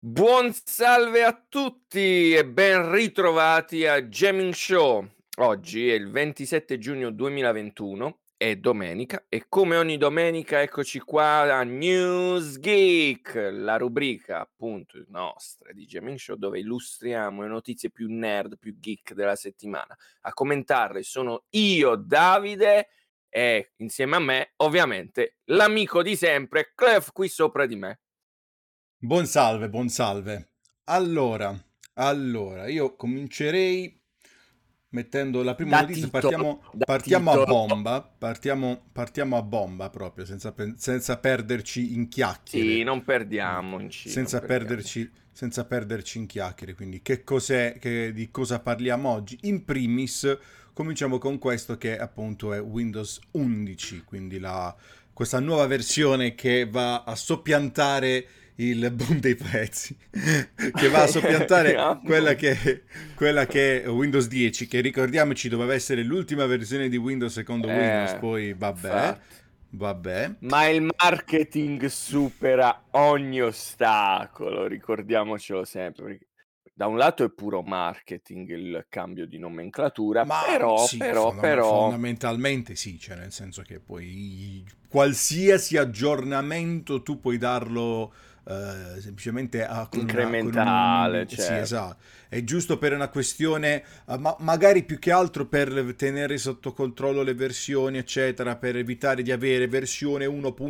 Buon salve a tutti e ben ritrovati a Gaming Show. Oggi è il 27 giugno 2021, è domenica e come ogni domenica eccoci qua a News Geek, la rubrica appunto nostra di Gaming Show dove illustriamo le notizie più nerd, più geek della settimana. A commentarle sono io, Davide, e insieme a me ovviamente l'amico di sempre, Clef qui sopra di me. Buon salve, buon salve. Allora, io comincerei mettendo la prima Da notizia. titolo, da Partiamo a titolo. bomba. Partiamo a bomba proprio, senza perderci in Sì, chiacchiere. non Quindi, perdiamoci, non perdiamoci. senza perderci in chiacchiere. Quindi, di cosa parliamo oggi? In primis, cominciamo con questo che appunto è Windows 11, quindi questa nuova versione che va a soppiantare il boom dei prezzi, che va a soppiantare quella che è Windows 10, che ricordiamoci doveva essere l'ultima versione di Windows secondo Windows, poi Infatti. vabbè. Ma il marketing supera ogni ostacolo, ricordiamocelo sempre, perché da un lato è puro marketing il cambio di nomenclatura, Ma sì, però fondamentalmente sì, cioè nel senso che poi qualsiasi aggiornamento tu puoi darlo semplicemente con incrementale, sì, certo. esatto. È giusto per una questione, magari più che altro per tenere sotto controllo le versioni, eccetera, per evitare di avere versione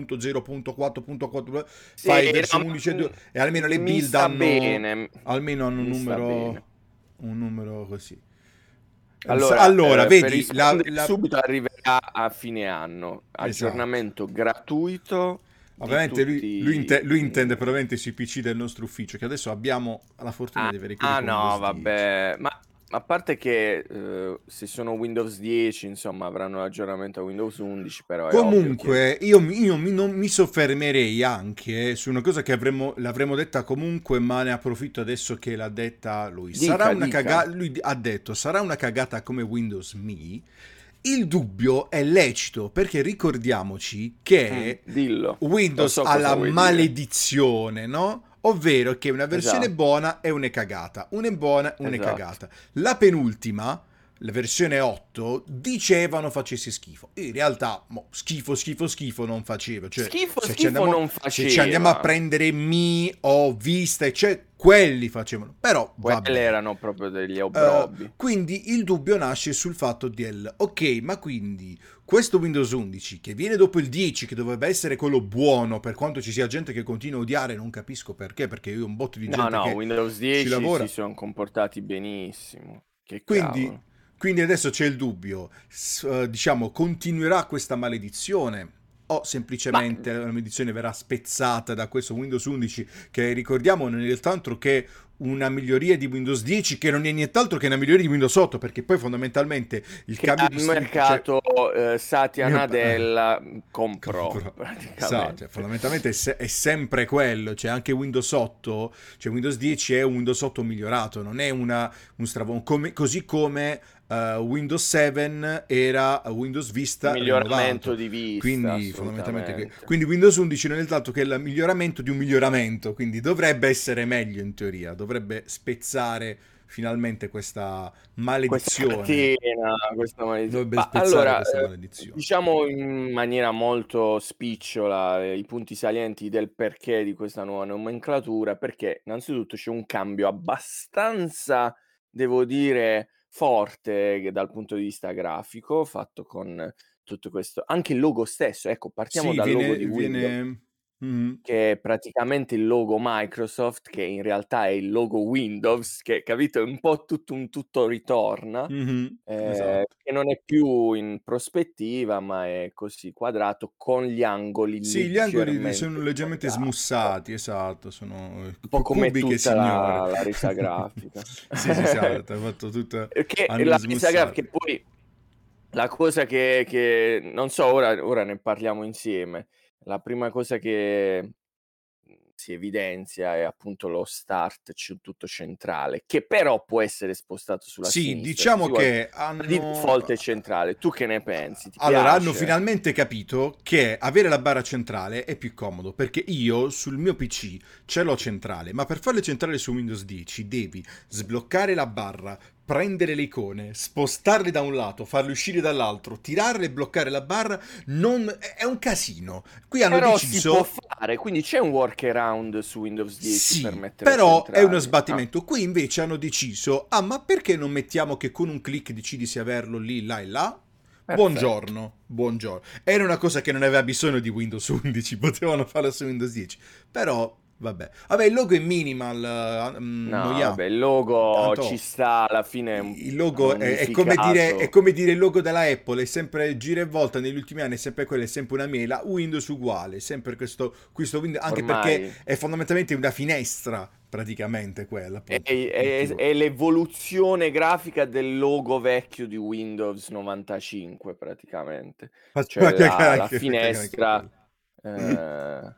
1.0.4.4, Sì, fai no, versione ma, 11 e 2 e almeno le mi build sta hanno bene, almeno hanno mi sta bene. un numero così. Allora, Allora, per vedi, rispondere subito arriverà a fine anno, esatto. aggiornamento gratuito di Ovviamente tutti lui intende probabilmente sui PC del nostro ufficio, che adesso abbiamo la fortuna di avere quelli con no, Windows 10. vabbè, ma a parte che se sono Windows 10, insomma, avranno l'aggiornamento a Windows 11, però è ovvio che Comunque, non mi soffermerei anche su una cosa che l'avremmo detta comunque, ma ne approfitto adesso che l'ha detta lui. dica. Lui ha detto, sarà una cagata come Windows Me. Il dubbio è lecito, perché ricordiamoci che Dillo, lo Windows so ha cosa la vuoi dire. maledizione, no? Ovvero che una versione Esatto, buona è una cagata, una è buona, una è esatto. cagata. La penultima, la versione 8, dicevano facesse schifo. In realtà, schifo non faceva. Cioè, Schifo non se ci andiamo a faceva. prendere Mi o Vista, cioè, quelli facevano. Però, Quelle vabbè. erano proprio degli obbrobbi. Quindi il dubbio nasce sul fatto del ok, ma quindi questo Windows 11 che viene dopo il 10, che dovrebbe essere quello buono, per quanto ci sia gente che continua a odiare, non capisco perché io ho un botto di No, gente no, che Windows ci 10 si lavora. sono comportati benissimo. Che Quindi, cavolo. quindi adesso c'è il dubbio, diciamo, continuerà questa maledizione o Ma semplicemente la maledizione verrà spezzata da questo Windows 11 che ricordiamo non è nient'altro che una miglioria di Windows 10 che non è nient'altro che una miglioria di Windows 8 perché poi fondamentalmente il che cambio al di cioè mercato Satya Nadella comprò Però, cioè, praticamente. fondamentalmente è sempre quello, cioè anche Windows 8, cioè Windows 10 è un Windows 8 migliorato, non è un stravone, così come Windows 7 era Windows Vista Miglioramento rinnovato. di vista, Quindi fondamentalmente assolutamente. quindi Windows 11 non è tanto che è il miglioramento di un miglioramento, quindi dovrebbe essere meglio in teoria, dovrebbe spezzare finalmente questa Questa maledizione, catena, questa maledizione. dovrebbe Ma spezzare allora, questa maledizione. diciamo in maniera molto spicciola i punti salienti del perché di questa nuova nomenclatura, perché innanzitutto c'è un cambio abbastanza, devo dire, forte dal punto di vista grafico, fatto con tutto questo anche il logo stesso, ecco, partiamo Sì, dal logo di Windows. mh-mh, Che è praticamente il logo Microsoft, che in realtà è il logo Windows, che capito, è un po' tutto ritorna, esatto. che non è più in prospettiva, ma è così quadrato con gli angoli Sì, gli angoli sono leggermente leggermente sfondati, no, smussati, esatto, sono un po' come cubiche tutta signore. la resa grafica. Sì, sì, sì, hai fatto tutto, Che hanno la resa smussato. grafica e poi la cosa che non so, ora ne parliamo insieme. La prima cosa che si evidenzia è appunto lo start tutto centrale, che però può essere spostato sulla Sì, sinistra. diciamo che Di default è hanno... centrale. Tu che ne pensi? Ti Allora, hanno piace? finalmente capito che avere la barra centrale è più comodo, perché io sul mio PC ce l'ho centrale, ma per farle centrale su Windows 10 devi sbloccare la barra, prendere le icone, spostarle da un lato, farle uscire dall'altro, tirarle e bloccare la barra, è un casino. Qui hanno Però si può deciso... fare, quindi c'è un workaround su Windows 10 per Sì, mettere però è uno centrali. Ah, sbattimento. Qui invece hanno deciso, ah, ma perché non mettiamo che con un click decidi se averlo lì, là e là? perfetto. Buongiorno, buongiorno. Era una cosa che non aveva bisogno di Windows 11, potevano farlo su Windows 10. Però, vabbè. Vabbè, il logo è minimal, No, noia. vabbè, il logo ci Tanto sta, alla fine il hanno logo è unificato. come dire il logo della Apple, è sempre gira e volta negli ultimi anni, è sempre quello, è sempre una mela. Windows uguale, sempre questo Windows, anche perché Ormai è fondamentalmente una finestra, praticamente quella, è, appunto, il è- keyboard. è l'evoluzione grafica del logo vecchio di Windows 95, praticamente. Cioè Faceva la cagare anche finestra. quello. eh,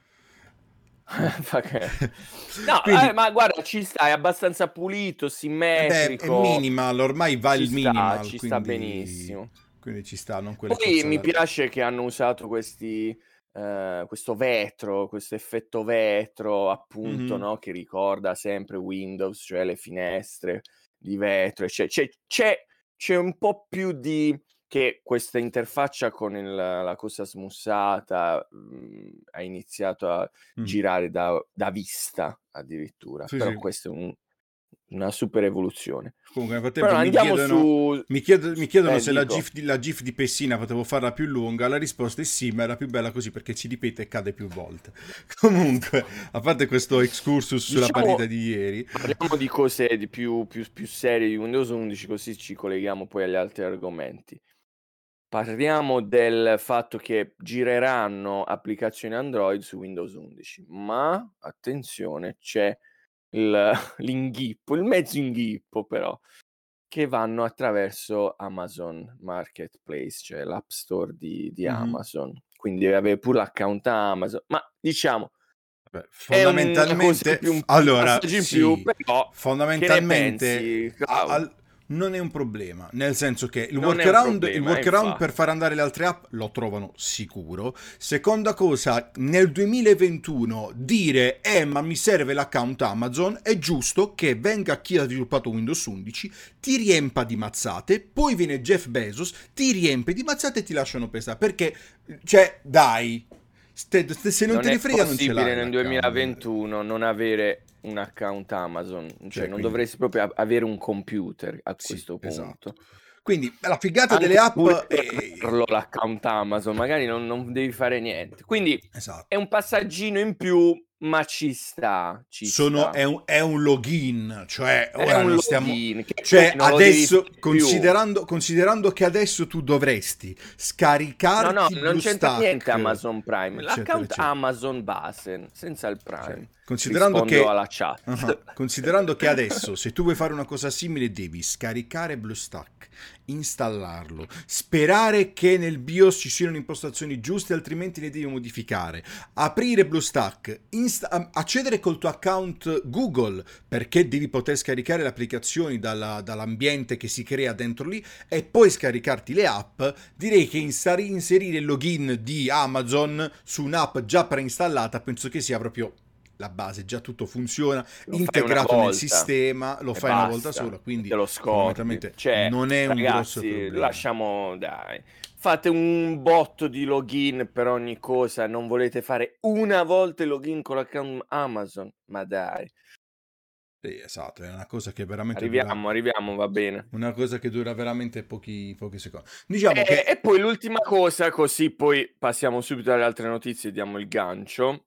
fa che- No, Quindi, ma guarda, ci sta, è abbastanza pulito, beh, è simmetrico. minimal, ormai va il minimal, Ci sta benissimo. quindi ci sta, non quelle Poi mi cozzalate. piace che hanno usato questo vetro, questo effetto vetro, appunto, Mhm. no, che ricorda sempre Windows, cioè le finestre di vetro. C'è un po' più di che questa interfaccia con la cosa smussata ha iniziato a Mhm. girare da vista addirittura. Sì, Però sì. questa è una super evoluzione. Comunque, nel Però frattempo andiamo su... mi chiedono se Dico. la GIF di Pessina potevo farla più lunga. La risposta è sì, ma era più bella così perché ci ripete e cade più volte. Comunque, a parte questo excursus sulla partita Diciamo, di ieri, parliamo di cose di più serie di Windows 11, così ci colleghiamo poi agli altri argomenti. Parliamo del fatto che gireranno applicazioni Android su Windows 11, ma attenzione, c'è l'inghippo, il mezzo inghippo però, che vanno attraverso Amazon Marketplace, cioè l'App Store di mhm, Amazon. Quindi devi avere pure l'account Amazon, ma diciamo beh, è una cosa in fondamentalmente, più, un allora, passaggio in più, sì, però che ne fondamentalmente pensi, Cloud? non è un problema, nel senso che Non è un il problema, workaround per infatti. far andare le altre app lo trovano sicuro. Seconda cosa, nel 2021 dire, ma mi serve l'account Amazon, è giusto che venga chi ha sviluppato Windows 11, ti riempa di mazzate, poi viene Jeff Bezos, ti riempie di mazzate e ti lasciano pesare, perché, cioè, dai... se non Non te ne è frega non ce possibile l'hai nel l'account. 2021 non avere un account Amazon, cioè Cioè, non quindi, dovresti proprio avere un computer a sì, questo esatto. punto. Quindi la figata delle Anche app pure per è... averlo l'account Amazon, magari non devi fare niente. Quindi è Esatto. un passaggino in più, ma ci sta, ci sta. È un login, cioè È ora un non stiamo... login che poi Cioè non lo devi adesso, fare più. considerando che adesso tu dovresti No, scaricarti non c'entra niente BlueStack, Amazon Prime. eccetera, L'account eccetera. Amazon base, senza il Cioè, Prime. considerando Rispondo che, alla chat. considerando che adesso, se tu vuoi fare una cosa simile, devi scaricare BlueStack, installarlo, sperare che nel BIOS ci siano le impostazioni giuste, altrimenti le devi modificare, aprire BlueStack, accedere col tuo account Google, perché devi poter scaricare le applicazioni dall'ambiente che si crea dentro lì, e poi scaricarti le app. Direi che inserire il login di Amazon su un'app già preinstallata penso che sia proprio la base, già tutto funziona, Lo fai una integrato nel volta sistema, lo e fai una volta basta, sola, e quindi te lo scordi. fondamentalmente Cioè, non è un grosso ragazzi, problema. lasciamo, dai, fate un botto di login per ogni cosa, non volete fare una volta il login con l'account Amazon? Ma dai, Sì, esatto, è una cosa che veramente dura, arriviamo, va bene. una cosa che dura veramente pochi secondi. Diciamo E che poi l'ultima cosa, così poi passiamo subito alle altre notizie e diamo il gancio,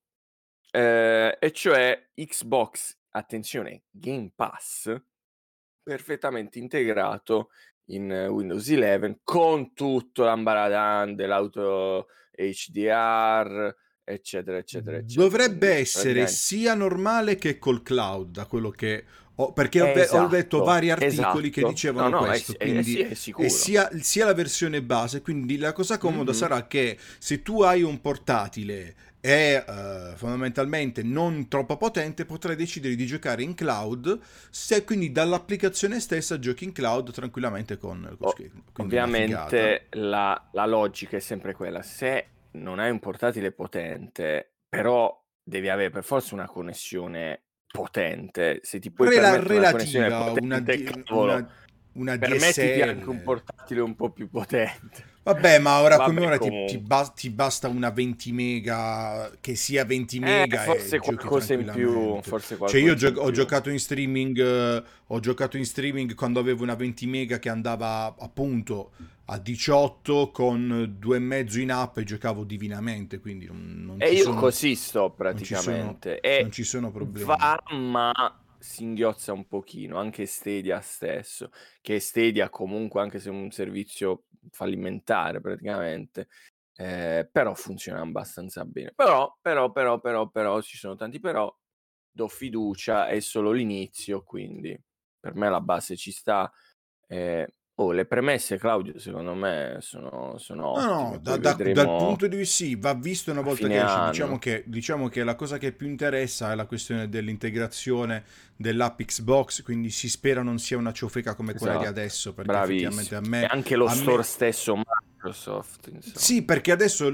e cioè Xbox, attenzione, Game Pass, perfettamente integrato in Windows 11 con tutto l'ambaradan dell'auto HDR, eccetera, eccetera, eccetera. dovrebbe Quindi essere praticamente sia normale che col cloud, da quello che perché ho letto vari articoli che esatto. No, dicevano no, questo, sì, quindi è è sicuro. sia la versione base, quindi la cosa comoda Mh-mh. sarà che se tu hai un portatile è fondamentalmente non troppo potente, potrai decidere di giocare in cloud, se quindi dall'applicazione stessa giochi in cloud tranquillamente quindi una figata. Ovviamente la logica è sempre quella, se non hai un portatile potente, però devi avere per forza una connessione potente, se ti puoi permettere una connessione Relativa, potente, cavolo, una permettiti anche un DSL. portatile un po' più potente. Vabbè, ma ora come Vabbè, ora comunque. ti basta una 20 mega, che sia 20 mega e Forse giochi qualcosa in più, tranquillamente. forse Cioè io qualcosa in ho più. giocato in streaming, ho giocato in streaming quando avevo una 20 mega che andava appunto a 18 con 2,5 in app e giocavo divinamente, quindi E io così sto praticamente. non E ci sono problemi. va, ma singhiozza un pochino, anche Stadia stesso, che Stadia comunque, anche se è un servizio fallimentare praticamente, però funziona abbastanza bene. Però, ci sono tanti però, do fiducia, è solo l'inizio, quindi per me la base ci sta. Le premesse, Claudio, secondo me sono No, no, ottime, poi dal vedremo punto di vista sì, va visto una a volta che fine esce. anno. Diciamo che la cosa che più interessa è la questione dell'integrazione dell'app Xbox, quindi si spera non sia una ciofeca come quella di Esatto, adesso, perché effettivamente bravissimo. E anche lo a store me stesso Microsoft, insomma. sì, perché adesso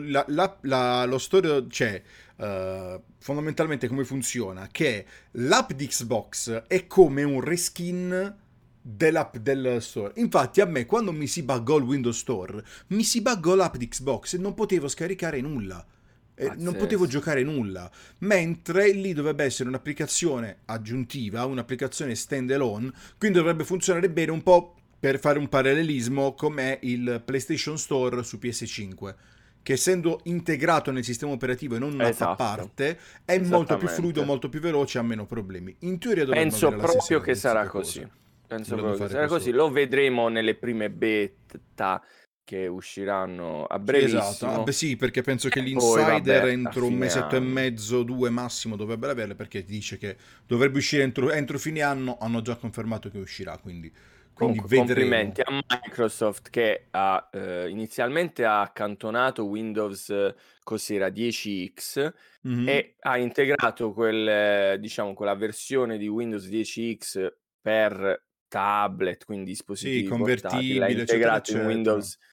lo store c'è. Fondamentalmente come funziona? Che l'app di Xbox è come un reskin dell'app del store. Infatti a me quando mi si buggò il Windows Store, mi si buggò l'app di Xbox e non potevo scaricare nulla. Non potevo Pazzesco. giocare nulla, mentre lì dovrebbe essere un'applicazione aggiuntiva, un'applicazione stand-alone, quindi dovrebbe funzionare bene un po' per fare un parallelismo come il PlayStation Store su PS5, che essendo integrato nel sistema operativo e non un'app a Esatto, parte, è molto più fluido, esattamente. molto più veloce, ha meno problemi. In teoria dovremmo Penso avere la stessa proprio che sarà identica così. cosa. Penso Dovremmo proprio che fare sarà così. questo. Lo vedremo nelle prime beta che usciranno a Sì, esatto. Ah, beh brevissimo. sì, perché penso che E poi, l'insider vabbè, a entro un fine mesetto e anno. mezzo, due massimo, dovrebbe averle, perché dice che dovrebbe uscire entro fine anno, hanno già confermato che uscirà, quindi Comunque, vedremo. complimenti a Microsoft che ha inizialmente ha accantonato Windows, cos'era, 10X, Mhm. e ha integrato diciamo, quella versione di Windows 10X per tablet, quindi Sì, dispositivi portatili, l'ha convertibile, eccetera, integrato in eccetera. Windows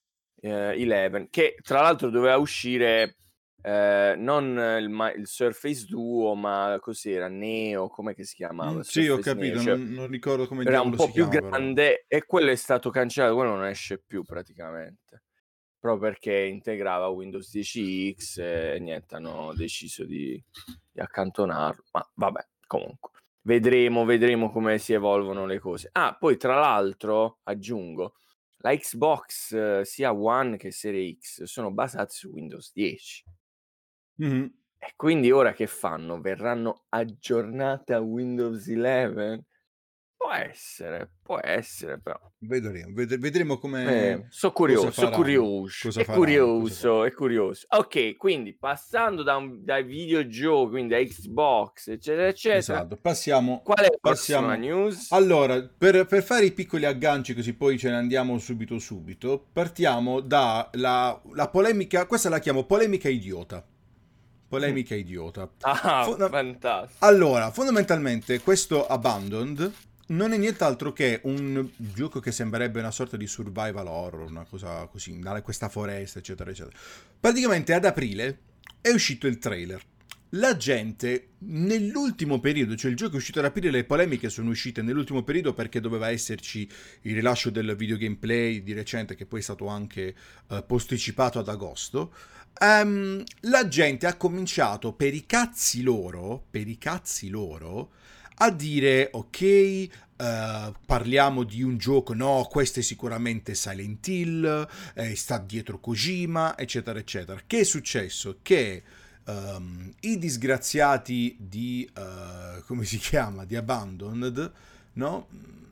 11, che tra l'altro doveva uscire non il Surface Duo, ma cos'era? Neo, com'è che si chiamava? Sì, ho Surface Neo, capito, cioè non ricordo come era un diavolo po' si più chiama, però. grande e quello è stato cancellato, quello non esce più praticamente, proprio perché integrava Windows 10X e niente, hanno deciso di accantonarlo, ma vabbè, comunque. Vedremo come si evolvono le cose. Ah, poi tra l'altro, aggiungo, la Xbox sia One che Serie X sono basate su Windows 10. Mhm. E quindi ora che fanno? Verranno aggiornate a Windows 11? Può essere però. Vedremo, vedremo come So' cosa curioso, so' faranno, curioso, cosa faranno, cosa faranno. è curioso. Okay, quindi passando dai videogiochi, quindi da Xbox, eccetera, eccetera, Esatto, passiamo, qual è la prossima passiamo. news? Allora, per fare i piccoli agganci così poi ce ne andiamo subito, partiamo da la polemica, questa la chiamo polemica idiota. Polemica idiota. Ah, Fonda- fantastico. allora, fondamentalmente questo Abandoned non è nient'altro che un gioco che sembrerebbe una sorta di survival horror, una cosa così, andare in questa foresta, eccetera, eccetera. Praticamente ad aprile è uscito il trailer. La gente nell'ultimo periodo, cioè il gioco è uscito ad aprile, le polemiche sono uscite nell'ultimo periodo perché doveva esserci il rilascio del video gameplay di recente che poi è stato anche posticipato ad agosto. La gente ha cominciato per i cazzi loro, a dire ok, parliamo di un gioco, no, questo è sicuramente Silent Hill, sta dietro Kojima, eccetera, eccetera. Che è successo? Che i disgraziati di, come si chiama, di Abandoned, no?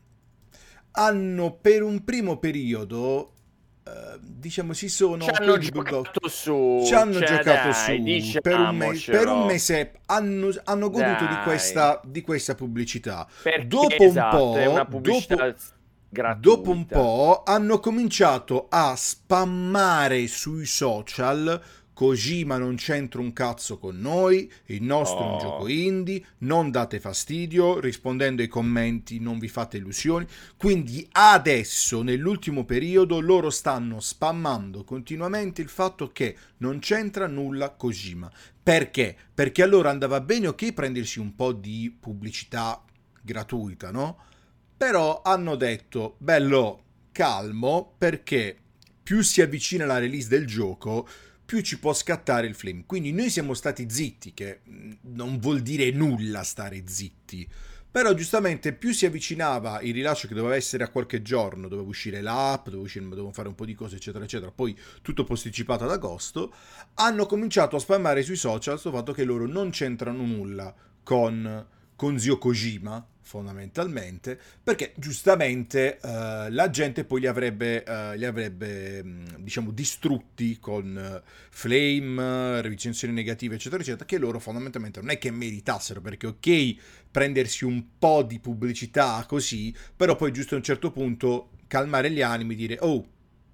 Hanno per un primo periodo, diciamo, si Ci sono hanno quei bug giocato ci su, hanno cioè giocato dai, su per un diciamocelo. mese, hanno goduto Dai. di questa pubblicità. Perché esatto, è una pubblicità Dopo un gratuita. po' hanno cominciato a spammare sui social Kojima non c'entra un cazzo con noi, il nostro è un gioco Oh. indie, non date fastidio, rispondendo ai commenti non vi fate illusioni. Quindi adesso, nell'ultimo periodo, loro stanno spammando continuamente il fatto che non c'entra nulla Kojima. Perché? Perché allora andava bene, ok, prendersi un po' di pubblicità gratuita, no? Però hanno detto, bello, calmo, perché più si avvicina la release del gioco, più ci può scattare il flame. Quindi noi siamo stati zitti, che non vuol dire nulla stare zitti. Però giustamente più si avvicinava il rilascio che doveva essere a qualche giorno, doveva uscire l'app, dovevano fare un po' di cose eccetera eccetera, poi tutto posticipato ad agosto, hanno cominciato a spammare sui social sul fatto che loro non c'entrano nulla con Zio Kojima, fondamentalmente, perché giustamente la gente poi li avrebbe diciamo, distrutti con flame, recensioni negative, eccetera, eccetera, che loro fondamentalmente non è che meritassero, perché ok prendersi un po' di pubblicità così, però poi giusto a un certo punto calmare gli animi e dire, oh,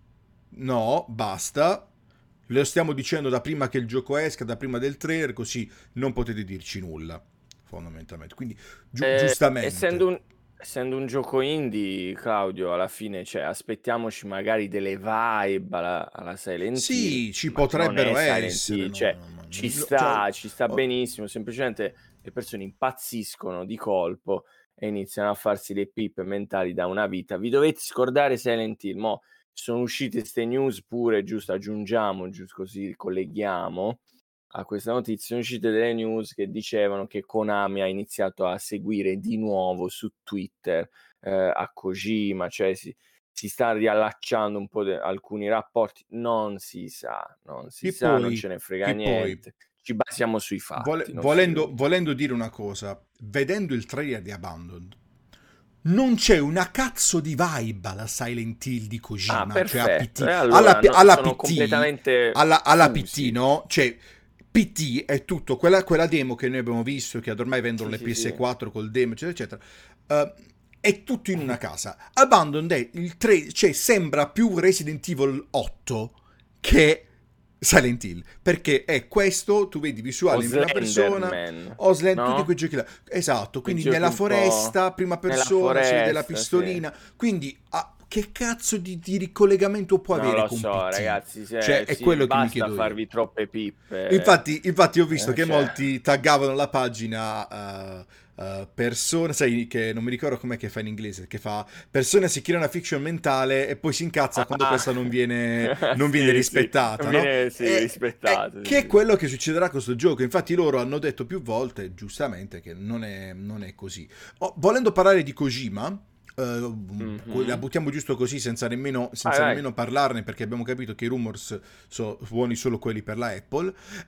no, basta, lo stiamo dicendo da prima che il gioco esca, da prima del trailer, così non potete dirci nulla, fondamentalmente. Quindi, giustamente. Essendo un gioco indie, Claudio, alla fine, cioè, aspettiamoci magari delle vibe alla Silent Hill, Sì, ci ma non è potrebbero Silent essere, Hill, no, cioè, no, no, ci sta oh, benissimo, semplicemente le persone impazziscono di colpo e iniziano a farsi le pippe mentali da una vita. Vi dovete scordare Silent Hill, mo' sono uscite queste news pure, giusto, aggiungiamo, giusto così colleghiamo a questa notizia, sono uscite delle news che dicevano che Konami ha iniziato a seguire di nuovo su Twitter a Kojima, cioè si sta riallacciando un po' alcuni rapporti, non si sa, non ce ne frega che poi niente, ci basiamo sui fatti, non fiducia. volendo dire una cosa, vedendo il trailer di Abandoned, non c'è una cazzo di vibe alla Silent Hill di Ah, Kojima, cioè a perfetto, PT, e allora alla sono PT, completamente alla PT, fusi. no? Cioè, PT è tutto, quella demo che noi abbiamo visto, che ormai vendono Sì, le sì, sì. PS4 col demo, eccetera, eccetera, è tutto in una casa. Abandoned è il 3, cioè sembra più Resident Evil 8 che Silent Hill, perché è questo, tu vedi O visuale in prima persona, Slenderman, Osland, tutti no? quei giochi là. Esatto, Quei quindi giochi nella un po' foresta, prima nella persona, si vede la foresta, sì. pistolina. Quindi, che cazzo di ricollegamento può Non avere lo con so, PT? ragazzi, Cioè, è quello che mi basta chiedo io. farvi troppe pippe. Infatti ho visto che Cioè, molti taggavano la pagina persone, sai che non mi ricordo com'è che fa in inglese, che fa persone si crea una fiction mentale e poi si incazza quando ah, questa non viene sì, non rispettata, no? viene sì, rispettato. Che è Sì. quello che succederà con questo gioco. Infatti loro hanno detto più volte, giustamente, che non è così. Volendo parlare di Kojima, la Mhm. buttiamo giusto così Vai, senza vai. nemmeno parlarne perché abbiamo capito che i rumors sono buoni solo quelli per la Apple.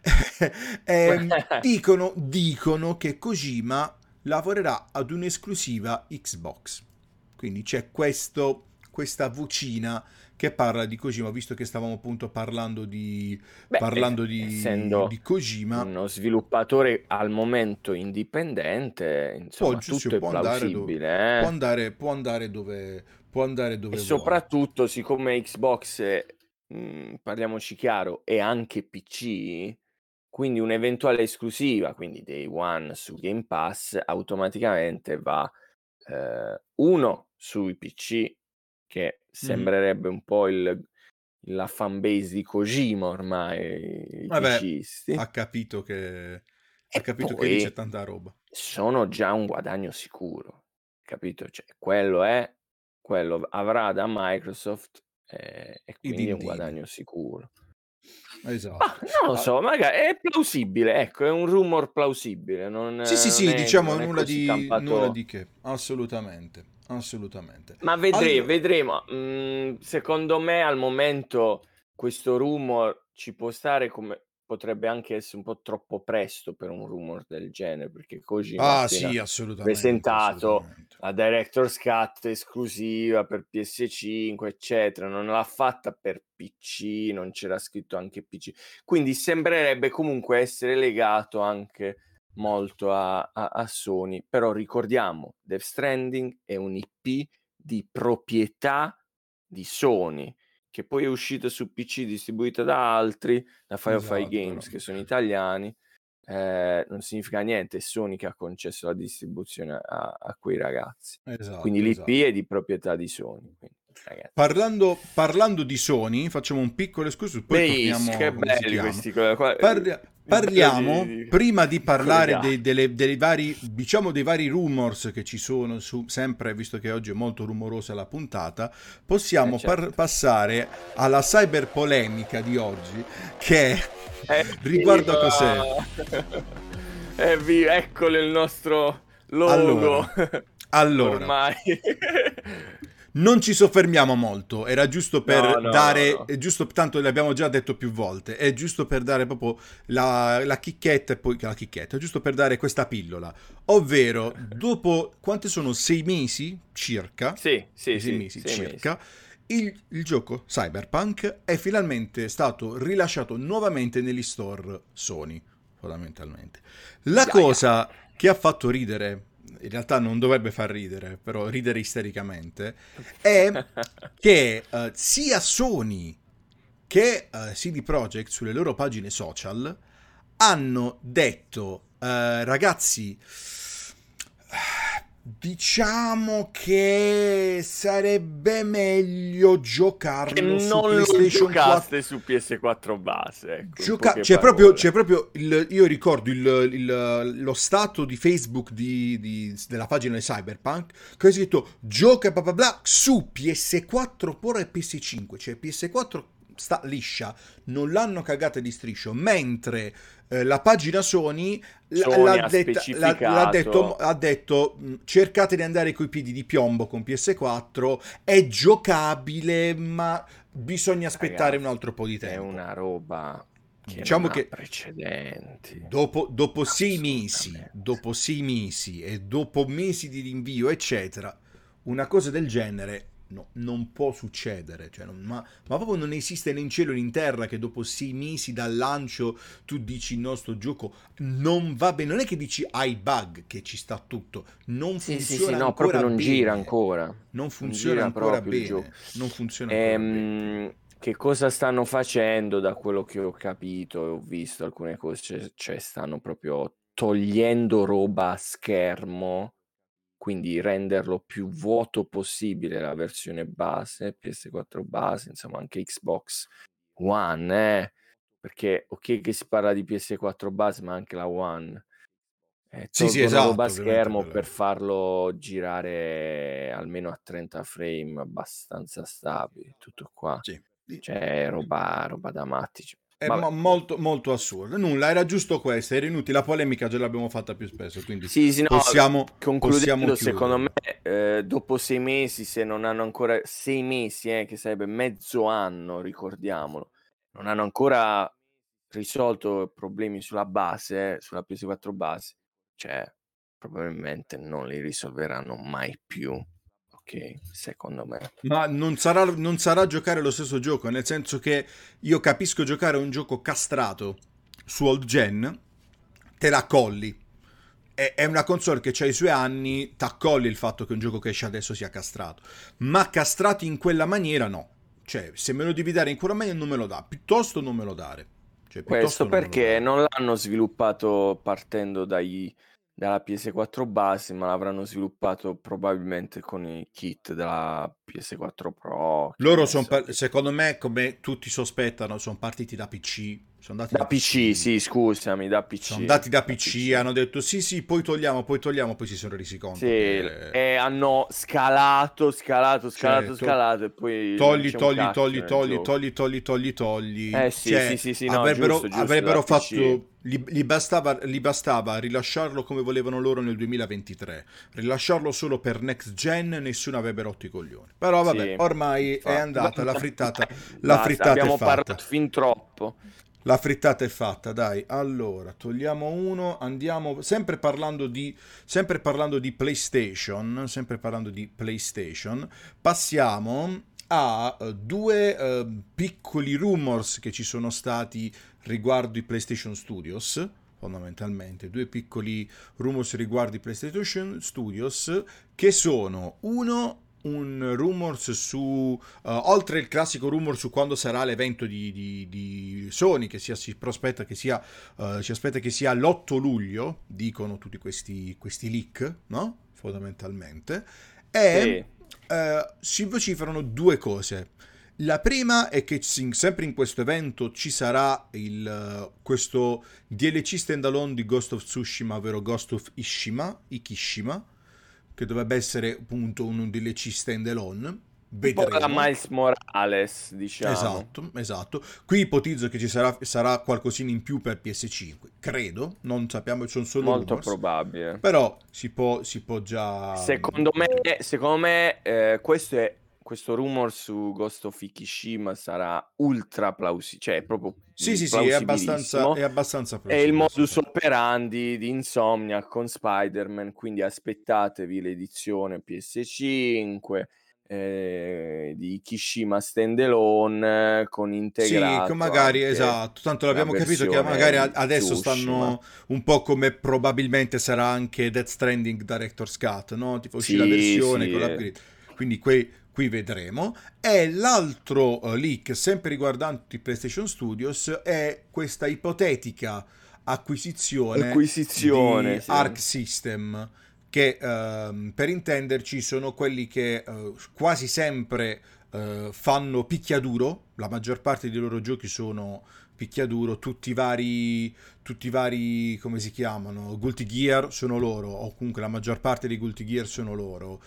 Dicono che Kojima lavorerà ad un'esclusiva Xbox. Quindi c'è questa vocina che parla di Kojima, visto che stavamo appunto Beh, di essendo Kojima, uno sviluppatore al momento indipendente, insomma, tutto è può plausibile, eh? può andare E dove vuole. soprattutto, siccome Xbox, parliamoci chiaro, è anche PC, quindi un'eventuale esclusiva, quindi Day One su Game Pass, automaticamente va, 1 sui PC, che Mhm. sembrerebbe un po' la fanbase di Kojima ormai, i Vabbè, PCisti, ha e capito che lì c'è poi tanta roba. sono già un guadagno sicuro, capito? Cioè quello avrà da Microsoft, e I quindi è un dindini. guadagno sicuro. Mah, Esatto. non lo Ah, so, è plausibile, ecco, è un rumor plausibile, sì, sì, non sì, è diciamo non è così nulla campato. di che. Assolutamente. Assolutamente. Ma Allora, vedremo. Secondo me al momento questo rumor ci può stare, come potrebbe anche essere un po' troppo presto per un rumor del genere, perché Kojima ha ah appena sì, assolutamente, presentato assolutamente. la Director's Cut esclusiva per PS5, eccetera. Non l'ha fatta per PC, non c'era scritto anche PC. Quindi sembrerebbe comunque essere legato anche molto a Sony. Però ricordiamo, Death Stranding è un IP di proprietà di Sony, che poi è uscita su PC distribuita da altri, da Firefly Esatto, Games, che sono italiani, non significa niente, è Sony che ha concesso la distribuzione a quei ragazzi. Quindi esatto, l'IP esatto. è di proprietà di Sony, quindi, ragazzi. Parlando di Sony, facciamo un piccolo escursus, poi Benissimo, che torniamo, come si belli chiama? questi qua. Libero Parliamo, prima di di parlare collegare. dei vari, diciamo, dei vari rumors che ci sono, sempre, visto che oggi è molto rumorosa la puntata, possiamo Certo. passare alla cyber polemica di oggi, che riguarda cos'è? Evviva! Evviva, eccolo il nostro logo. Allora, Ormai. non ci soffermiamo molto, era giusto per dare, No. è giusto, tanto l'abbiamo già detto più volte, è giusto per dare proprio la chicchetta e poi la chicchetta, è giusto per dare questa pillola, ovvero dopo, quante sono? 6 mesi circa, Sì, 6 mesi 6 mesi. circa, il gioco Cyberpunk è finalmente stato rilasciato nuovamente negli store Sony, fondamentalmente. La Gaia. cosa che ha fatto ridere, in realtà non dovrebbe far ridere, però ridere istericamente, è che sia Sony che CD Projekt sulle loro pagine social hanno detto, ragazzi, diciamo che sarebbe meglio Che giocarlo su non lo PlayStation 4. giocaste su PS4 base, ecco, in poche C'è parole. proprio io ricordo lo stato di Facebook della pagina di Cyberpunk che ha scritto gioca bla bla bla su PS4 Pro e PS5, cioè PS4 sta liscia, non l'hanno cagata di striscio, mentre la pagina Sony Sony ha specificato. ha detto cercate di andare coi piedi di piombo con PS4, è giocabile ma bisogna aspettare un Ragazzi, altro po' di è tempo. una roba che non Diciamo ha che precedenti. dopo 6 mesi, Assolutamente. e dopo mesi di rinvio, eccetera, una cosa del genere non può succedere. Cioè, ma proprio non esiste né in cielo né in terra che dopo 6 mesi dal lancio tu dici no, sto gioco non va bene. Non è che dici hai bug, che ci sta tutto. Non Sì, funziona no, proprio ancora non gira bene. ancora. Non Non funziona gira ancora proprio il gioco. bene. Non funziona ancora bene. Che cosa stanno facendo da quello che ho capito e ho visto alcune cose, cioè stanno proprio togliendo roba a schermo, quindi renderlo più vuoto possibile la versione base, PS4 base, insomma anche Xbox One, perché ok che si parla di PS4 base, ma anche la One. Sì, sì, Tolgono roba a esatto, ovviamente schermo quello. per farlo girare almeno a 30 frame abbastanza stabili, tutto qua. Sì. Cioè, roba da matti. È Vabbè, molto, molto assurdo. Nulla, era giusto questo, era inutile. La polemica già l'abbiamo fatta più spesso, quindi sì, no, possiamo concludendo, secondo me, chiuderla. dopo 6 mesi, se non hanno ancora 6 mesi, che sarebbe mezzo anno, ricordiamolo, non hanno ancora risolto problemi sulla base, sulla PS4 base, cioè, probabilmente non li risolveranno mai più, ok? Secondo me. Ma non sarà giocare lo stesso gioco, nel senso che io capisco giocare un gioco castrato su old gen, te la colli. È una console che ha i suoi anni, t'accolli il fatto che un gioco che esce adesso sia castrato. Ma castrati in quella maniera no. Cioè, se me lo devi dare in quella maniera non me lo dà, piuttosto non me lo dare. Cioè, Questo piuttosto non me lo perché dare. non l'hanno sviluppato partendo dalla PS4 base, ma l'avranno sviluppato probabilmente con i kit della PS4 Pro che hanno Loro messo secondo me, come tutti sospettano, sono partiti da PC. Sono andati da da PC, PC. sì, scusami, da Sono PC, andati da da PC, PC. hanno detto sì, sì, poi togliamo, poi si sono resi conto Sì, che... e hanno scalato Certo, e poi non togli, c'è un togli, cacchio togli, nel togli, gioco. togli, togli, togli, togli. Cioè, Sì, no, giusto, da avrebbero PC. fatto... Gli bastava rilasciarlo come volevano loro nel 2023. Rilasciarlo solo per next gen, nessuno avrebbe rotto i coglioni. Però vabbè, Sì, ormai è infatti. andata, la Basta, frittata è abbiamo fatta. parlato fin troppo. La frittata è fatta, dai. Allora, togliamo uno, andiamo sempre parlando di PlayStation, passiamo a due piccoli rumors che ci sono stati riguardo i PlayStation Studios, fondamentalmente, due piccoli rumors riguardo i PlayStation Studios che sono uno un rumors su, oltre il classico rumor su quando sarà l'evento di Sony, che si prospetta che sia, ci aspetta che sia l'8 luglio, dicono tutti questi leak, no? Fondamentalmente. E Sì. si vociferano due cose. La prima è che sempre in questo evento ci sarà questo DLC standalone di Ghost of Tsushima, ovvero Ghost of Ikishima, che dovrebbe essere appunto un DLC standalone. Un po' la Vedremo. Miles Morales, diciamo. Esatto, esatto. Qui ipotizzo che sarà qualcosina in più per PS5, credo, non sappiamo, sono solo Molto rumors, probabile. però si può già Secondo me, questo rumor su Ghost of Tsushima sarà ultra plausibile, cioè proprio Sì, sì, sì, è plausibilissimo. abbastanza È il plausibile, sì, modus sì. operandi di Insomniac con Spider-Man, quindi aspettatevi l'edizione PS5 di Kishima Standalone con Sì, che integrato magari, anche esatto, tanto la l'abbiamo capito che versione magari di adesso Tsushima. stanno un po' come probabilmente sarà anche Death Stranding Director's Cut, no? Tipo uscì la Sì, versione sì. con l'upgrade, quindi qui vedremo. E l'altro leak, sempre riguardante PlayStation Studios, è questa ipotetica acquisizione di Acquisizione, sì. Arc System, che per intenderci sono quelli che quasi sempre fanno picchiaduro, la maggior parte dei loro giochi sono picchiaduro, tutti i vari, come si chiamano, Guilty Gear sono loro, o comunque la maggior parte dei Guilty Gear sono loro.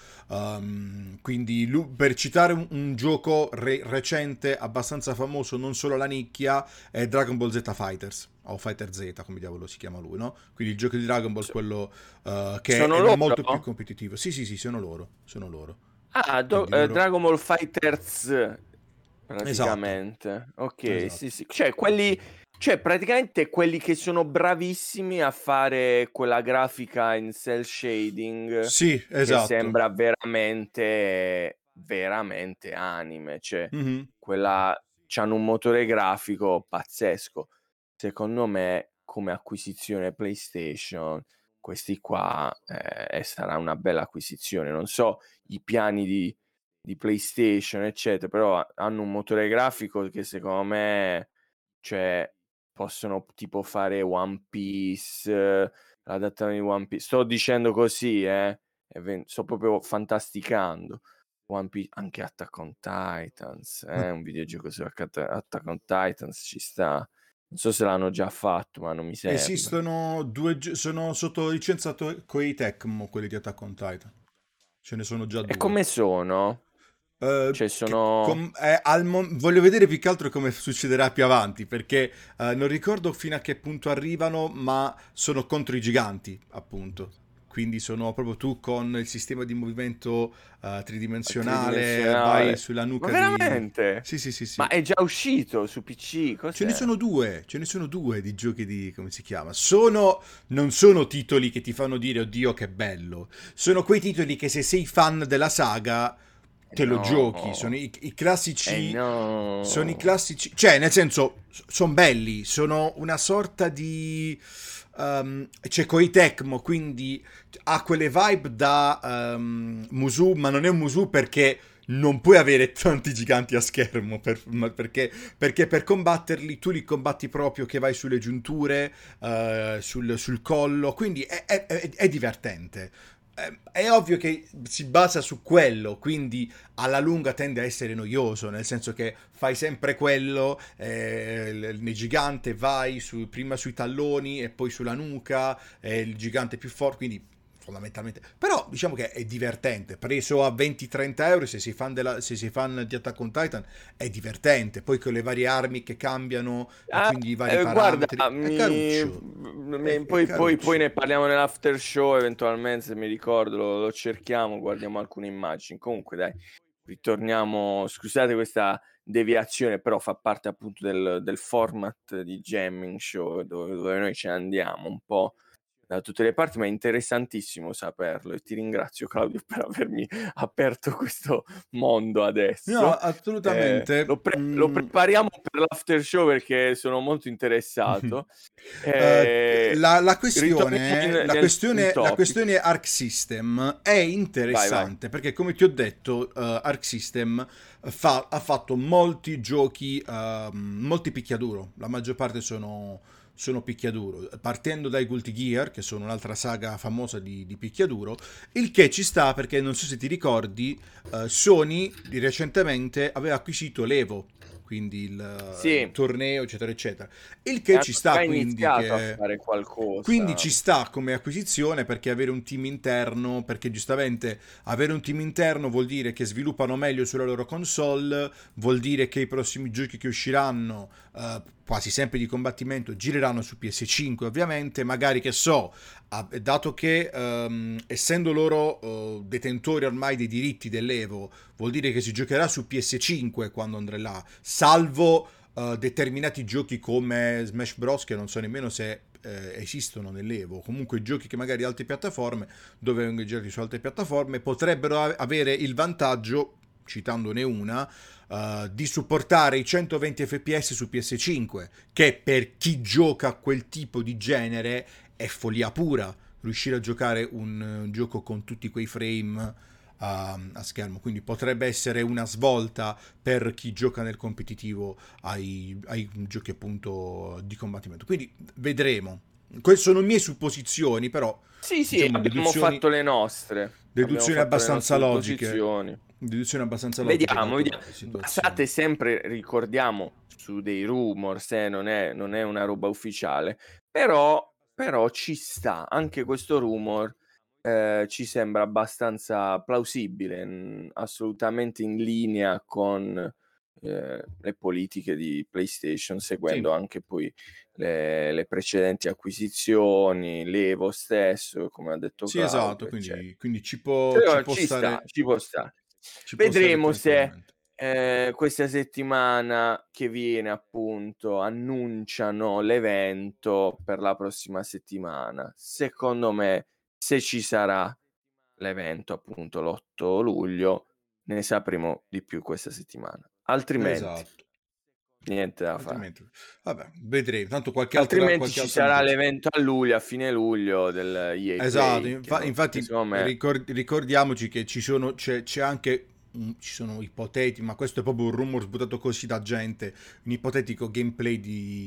Quindi per citare un gioco recente, abbastanza famoso, non solo la nicchia, è Dragon Ball Z Fighters. O Fighter Z, come diavolo si chiama lui, no? Quindi il gioco di Dragon Ball, S- quello che Sono è molto più loro? competitivo. Sì, sì, sì, sono loro, sono loro. Ah, Quindi loro. Dragon Ball Fighters Esatto, praticamente. Ok, sì, esatto. sì. Cioè praticamente quelli che sono bravissimi a fare quella grafica in cel shading Sì, che esatto. sembra veramente, veramente anime. Cioè, Mhm. quella c'hanno un motore grafico pazzesco. Secondo me, come acquisizione PlayStation, questi qua sarà una bella acquisizione. Non so i piani di PlayStation, eccetera, però hanno un motore grafico che secondo me, cioè, possono tipo fare One Piece, l'adattamento di One Piece. Sto dicendo così, sto proprio fantasticando. One Piece, anche Attack on Titans, un videogioco su Attack on Titans ci sta. Non so se l'hanno già fatto, ma non mi sembra. Esistono sono sotto licenza Koei Tecmo, quelli di Attack on Titan. Ce ne sono già E due. come sono? Cioè, sono... Voglio vedere più che altro come succederà più avanti, perché non ricordo fino a che punto arrivano, ma sono contro i giganti, appunto. Quindi sono proprio tu con il sistema di movimento tridimensionale, vai tridimensionale. sulla Ma nuca di. veramente? Sì, sì, sì, Ma sì. è già uscito su PC? Cos'è? Ce ne sono due di giochi di, come si chiama? Non sono titoli che ti fanno dire, oddio, che bello. Sono quei titoli che se sei fan della saga te lo giochi. Sono No, i classici. Sono i no. classici. Cioè, nel senso, sono belli. Sono una sorta di. C'è Koei Tecmo, quindi ha quelle vibe da Musou, ma non è un Musou perché non puoi avere tanti giganti a schermo perché per combatterli tu li combatti proprio che vai sulle giunture, sul collo, quindi è divertente. È ovvio che si basa su quello, quindi alla lunga tende a essere noioso, nel senso che fai sempre quello, nel gigante vai prima sui talloni e poi sulla nuca, il gigante più forte, quindi fondamentalmente. Però diciamo che è divertente, preso a 20-30 euro se sei fan di Attack on Titan è divertente, poi con le varie armi che cambiano e Ah, quindi i vari guarda, parametri, è caruccio, è poi caruccio. ne parliamo nell'after show, eventualmente, se mi ricordo, lo cerchiamo, guardiamo alcune immagini. Comunque, dai, ritorniamo. Scusate questa deviazione, però fa parte appunto del format di Jamming Show, dove noi ce ne andiamo un po' da tutte le parti, ma è interessantissimo saperlo e ti ringrazio Claudio per avermi aperto questo mondo No, adesso. assolutamente. Lo prepariamo per l'after show perché sono molto interessato. La Ritorniamo questione, la in questione, la topic. questione Arc System è Vai, vai. interessante perché, come ti ho detto, Arc System ha fatto molti giochi, molti picchiaduro. La maggior parte sono picchiaduro, partendo dai Guilty Gear, che sono un'altra saga famosa di picchiaduro, il che ci sta perché non so se ti ricordi, Sony di recentemente aveva acquisito l'Evo, quindi il Sì, torneo, eccetera, eccetera. Il e che hanno ci sta già quindi iniziato a che... fare Quindi qualcosa. ci sta come acquisizione perché avere un team interno, perché giustamente avere un team interno vuol dire che sviluppano meglio sulla loro console, vuol dire che i prossimi giochi che usciranno, quasi sempre di combattimento, gireranno su PS5 ovviamente, magari che so, dato che essendo loro detentori ormai dei diritti dell'Evo, vuol dire che si giocherà su PS5 quando andrà là, salvo determinati giochi come Smash Bros. Che non so nemmeno se esistono nell'Evo, comunque giochi che magari altre piattaforme, dove vengono girati su altre piattaforme, potrebbero avere il vantaggio, citandone una, di supportare i 120 fps su PS5, che per chi gioca a quel tipo di genere è follia pura riuscire a giocare un gioco con tutti quei frame a schermo, quindi potrebbe essere una svolta per chi gioca nel competitivo ai giochi appunto di combattimento. Quindi vedremo. Queste sono mie supposizioni, però Sì, sì, diciamo abbiamo deduzioni, fatto le nostre. Abbiamo deduzioni fatto le abbastanza nostre logiche. supposizioni. Deduzioni abbastanza logiche Vediamo, dato vediamo. la Basate situazione. sempre, ricordiamo, su dei rumors, non è una roba ufficiale, però ci sta, anche questo rumor ci sembra abbastanza plausibile, assolutamente in linea con le politiche di PlayStation, Sì, seguendo anche poi le precedenti acquisizioni, l'Evo stesso, come ha detto sì, esatto, Claudio, eccetera. quindi ci Però può ci sta, stare, ci può stare. ci può stare Vedremo se, tranquillamente. questa settimana che viene, appunto, annunciano l'evento per la prossima settimana. Secondo me, se ci sarà l'evento, appunto, l'8 luglio, ne sapremo di più questa settimana. Altrimenti, Esatto. niente da fare. Altrimenti, vabbè, vedremo. Tanto Altrimenti qualche ci altra sarà notizia. l'evento a luglio, a fine luglio del EA Esatto, Play, che infatti secondo me ricordiamoci che c'è anche, ci sono ipotetici, ma questo è proprio un rumor buttato così da gente, un ipotetico gameplay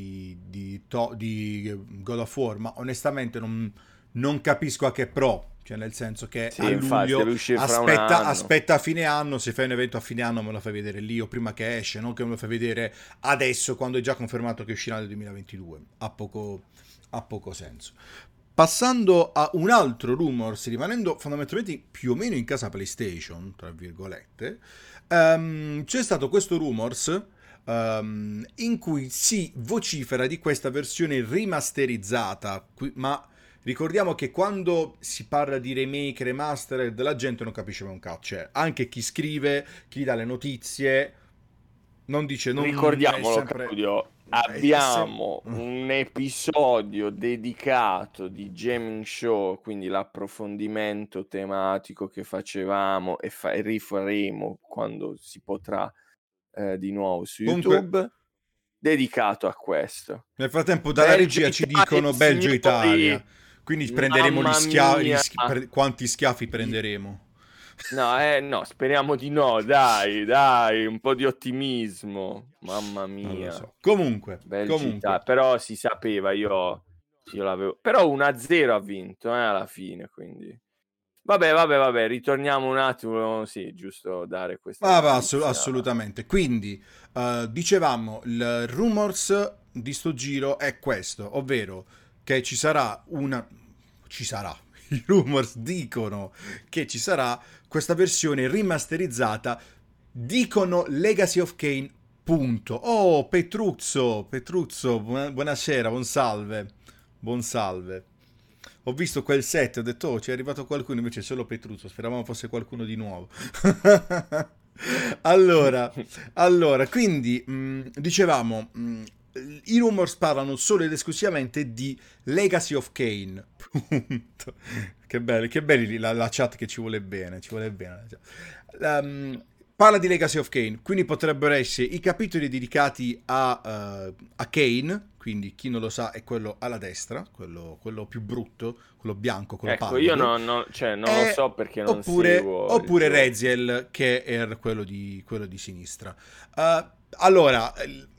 di God of War, ma onestamente non capisco a che pro, cioè nel senso che sì, a infatti luglio deve uscire fra un anno. aspetta a fine anno, se fai un evento a fine anno me lo fai vedere lì o prima che esce, non che me lo fai vedere adesso quando è già confermato che uscirà nel 2022, ha poco senso. Passando a un altro rumors, rimanendo fondamentalmente più o meno in casa PlayStation, tra virgolette, c'è stato questo rumors in cui si vocifera di questa versione rimasterizzata, ma ricordiamo che quando si parla di remake, remastered, la gente non capisce mai un cazzo, cioè anche chi scrive, chi dà le notizie, non dice, non è Ricordiamolo, sempre... Claudio, È sem- abbiamo un episodio dedicato di Gaming Show, quindi l'approfondimento tematico che facevamo e rifaremo quando si potrà di nuovo su Comunque, YouTube, dedicato a questo. nel frattempo dalla Belgio regia ci Italia, dicono Belgio Italia, signori, quindi prenderemo mamma mia. quanti schiaffi prenderemo? No, no, speriamo di no, dai, dai, un po' di ottimismo, mamma Non lo mia. so. Comunque, Belgita, però si sapeva, io l'avevo, però 1-0 ha vinto, alla fine, quindi vabbè, ritorniamo un attimo, sì, giusto dare questa va, notizia. assolutamente. Quindi, dicevamo, il rumors di sto giro è questo, ovvero che ci sarà una... Ci sarà. I rumors dicono che ci sarà questa versione rimasterizzata, dicono Legacy of Kain, punto. Oh, Petruzzo, buonasera, buon salve. Buon salve. Ho visto quel set, ho detto, oh, c'è arrivato qualcuno, invece è solo Petruzzo, speravamo fosse qualcuno di nuovo. allora, quindi, dicevamo, I rumors parlano solo ed esclusivamente di Legacy of Kain. Punto. Che belli la chat che ci vuole bene, ci vuole bene. Parla di Legacy of Kain, quindi potrebbero essere i capitoli dedicati a Kain, quindi chi non lo sa è quello alla destra, quello più brutto, quello bianco, quello Ecco, io pallido, cioè, non lo e- so perché non oppure, seguo il oppure gioco. Reziel che è quello di sinistra. Allora,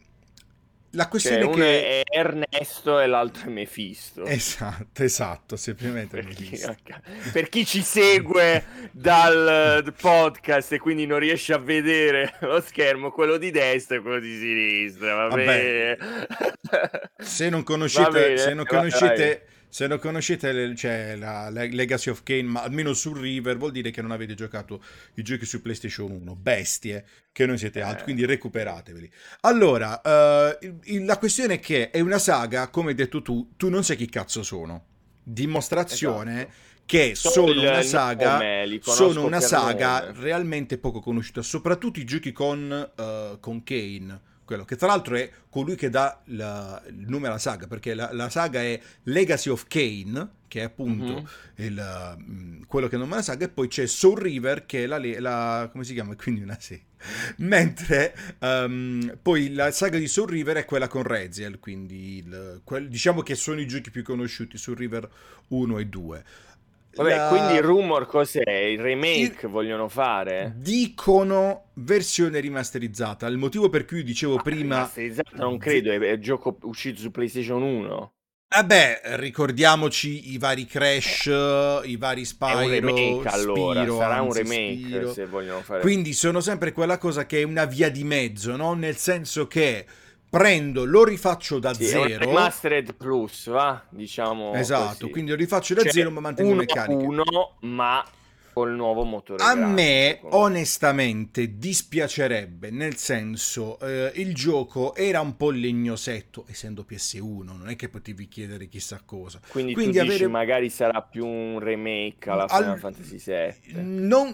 la Cioè, questione è uno che... è Ernesto e l'altro è Mefisto. Esatto, semplicemente Per mi chi, visto. per chi ci segue dal podcast e quindi non riesce a vedere lo schermo, quello di destra e quello di sinistra, va Vabbè, bene? se non Va conoscete, bene, vai, vai. se non conoscete cioè, la Legacy of Kain, ma almeno su River, vuol dire che non avete giocato i giochi su PlayStation 1. Bestie, che non siete altri, quindi Sì. recuperateveli. Allora, la questione è che è una saga, come hai detto tu non sai chi cazzo sono. Dimostrazione Esatto. che Solo il nome, li sono conosco una per saga nome. realmente poco conosciuta, soprattutto i giochi con Kane, quello che tra l'altro è colui che dà il nome alla saga, perché la saga è Legacy of Kane, che è appunto Mhm. quello che nome la saga, e poi c'è Soul River, che è come si chiama? Quindi una serie. Mentre poi la saga di Soul River è quella con Reziel, quindi diciamo che sono i giochi più conosciuti, Soul River 1 e 2. Vabbè, quindi il La, rumor cos'è? Il il- remake vogliono fare? Dicono versione rimasterizzata. Il motivo per cui dicevo Ma prima... rimasterizzato non credo, è gioco uscito su PlayStation 1. Vabbè, ricordiamoci i vari Crash, i vari È un Spyro, remake allora, Spiro, sarà un anzi remake Spiro. se vogliono fare... Quindi sono sempre quella cosa che è una via di mezzo, no? Nel senso che prendo, lo rifaccio da Sì, è una zero, remastered plus, va? Diciamo esatto, così. quindi lo rifaccio da Cioè, zero ma mantengo uno a meccaniche. uno, ma col nuovo motore A grafico me comunque. onestamente dispiacerebbe, nel senso il gioco era un po' legnosetto, essendo PS1, non è che potevi chiedere chissà cosa. Quindi tu Quindi dici avere magari sarà più un remake alla Final al- Fantasy VII.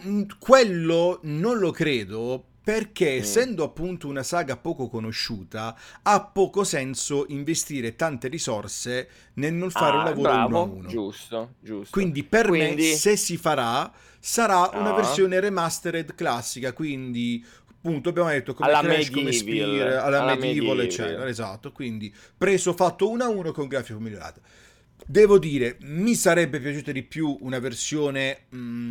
quello non lo credo perché Mm. essendo appunto una saga poco conosciuta ha poco senso investire tante risorse nel non fare un Ah, lavoro uno a bravo, uno. giusto, giusto. Quindi per me, Quindi, se si farà, sarà una ah, versione remastered classica, quindi appunto abbiamo detto come Crash, come Spear, alla Alla Medieval, eccetera, Medieval. esatto, quindi preso fatto 1 a 1 con grafico migliorato. Devo dire, mi sarebbe piaciuta di più una versione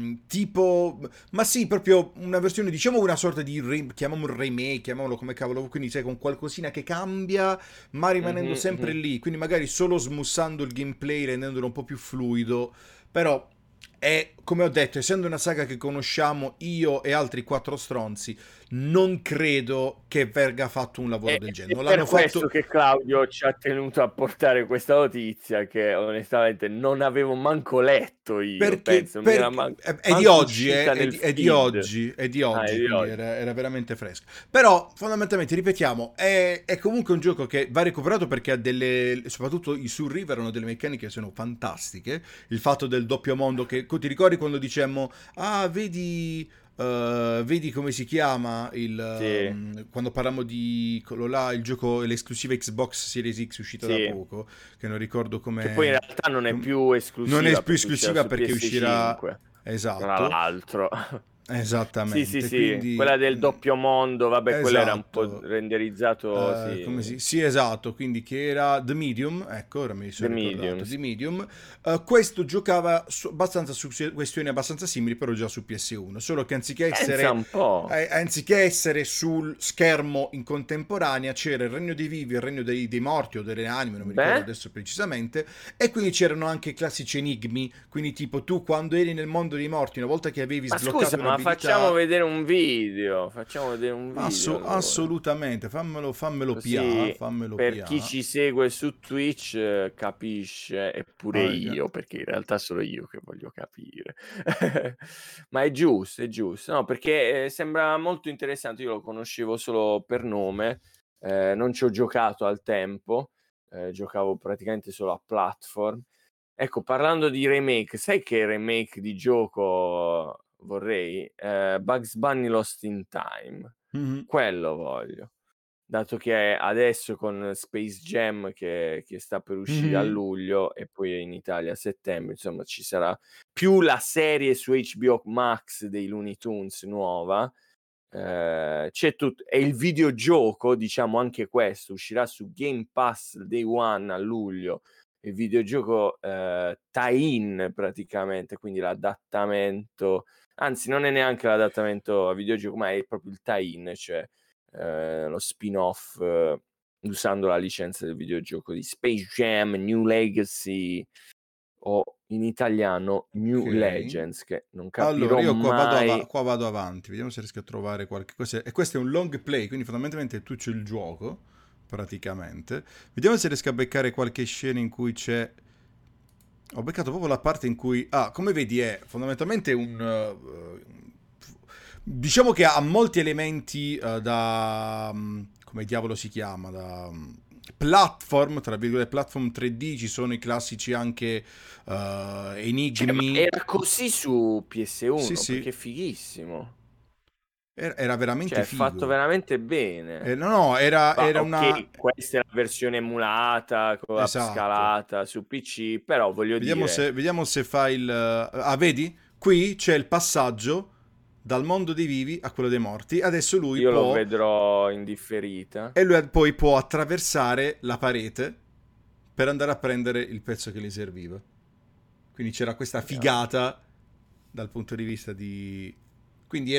tipo, ma sì, proprio una versione, diciamo una sorta di, chiamiamolo remake, chiamiamolo come cavolo, quindi sai, con qualcosina che cambia, ma rimanendo Mhm, sempre mhm. lì, quindi magari solo smussando il gameplay, rendendolo un po' più fluido, però è, come ho detto, essendo una saga che conosciamo io e altri quattro stronzi, non credo che verga fatto un lavoro del genere. È Non per l'hanno questo fatto che Claudio ci ha tenuto a portare questa notizia che onestamente non avevo manco letto io, penso, non mi era è di manco oggi, uscita nel è di feed. oggi, è di Ah, è oggi, di quindi oggi. era veramente fresco. Però, fondamentalmente, ripetiamo, è comunque un gioco che va recuperato perché ha delle, soprattutto i Soul River hanno delle meccaniche che sono fantastiche. Il fatto del doppio mondo che, ti ricordi quando dicemmo, ah, vedi... vedi come si chiama Sì, quando parliamo di quello là, il gioco, l'esclusiva Xbox Series X uscita da sì. poco, che non ricordo Che poi in come... realtà non è più Non è esclusiva più perché uscirà esclusiva su perché uscirà... PS5, tra Esatto, l'altro. Sì, sì, esattamente, sì, quindi... quella del doppio mondo, vabbè, quello era un po' esatto. renderizzato, Come sì, sì, esatto, quindi che era The Medium, ecco, ora mi The sono ricordato, Mediums. The Medium. Questo giocava abbastanza su questioni abbastanza simili, però già su PS1, solo che Pensa un po'. anziché essere sul schermo in contemporanea, c'era il regno dei vivi, il regno dei morti o delle anime, non mi ricordo Beh, adesso precisamente, e quindi c'erano anche i classici enigmi, quindi tipo tu quando eri nel mondo dei morti, una volta che avevi ma scusa, sbloccato ma facciamo un'abilità... vedere un video, facciamo vedere un video allora. Assolutamente, Così fammelo per chi PA. ci segue su Twitch capisce, e pure Ah, io, perché in realtà sono io che voglio capire. Ma è giusto, no, perché sembra molto interessante. Io lo conoscevo solo per nome, non ci ho giocato al tempo, giocavo praticamente solo a platform. Ecco, parlando di remake, sai che remake di gioco vorrei? Bugs Bunny Lost in Time. mhm. Quello voglio. dato che adesso con Space Jam che sta per uscire a Mhm. luglio e poi in Italia a settembre, insomma ci sarà più la serie su HBO Max dei Looney Tunes nuova, c'è e il videogioco, diciamo anche questo, uscirà su Game Pass Day One a luglio, il videogioco, tie-in praticamente, quindi l'adattamento, anzi non è neanche l'adattamento a videogioco, ma è proprio il tie-in, cioè, lo spin-off, usando la licenza del videogioco di Space Jam: New Legacy, o in italiano New Ok. Legends, che non Allora, capirò io mai. qua vado avanti, vediamo se riesco a trovare qualche cosa. E questo è un long play, quindi fondamentalmente tu c'è il gioco, praticamente. Vediamo se riesco a beccare qualche scena in cui c'è... Ho beccato proprio la parte in cui... Ah, come vedi è fondamentalmente un... diciamo che ha molti elementi da... come diavolo si chiama? Da... platform, tra virgolette, platform 3D, ci sono i classici anche Cioè, ma enigmi. era così su Sì, PS1, sì, perché è fighissimo. era Cioè, veramente è fatto figo. veramente bene. No, no, Ma era una... okay, questa è la versione emulata, con Esatto. upscalata su PC, però voglio dire, Vediamo se fa il... Ah, vedi? Qui c'è il passaggio dal mondo dei vivi a quello dei morti. Adesso lui io lo può... vedrò in differita. E lui poi può attraversare la parete per andare a prendere il pezzo che gli serviva. Quindi c'era questa Vediamo. figata dal punto di vista di... Quindi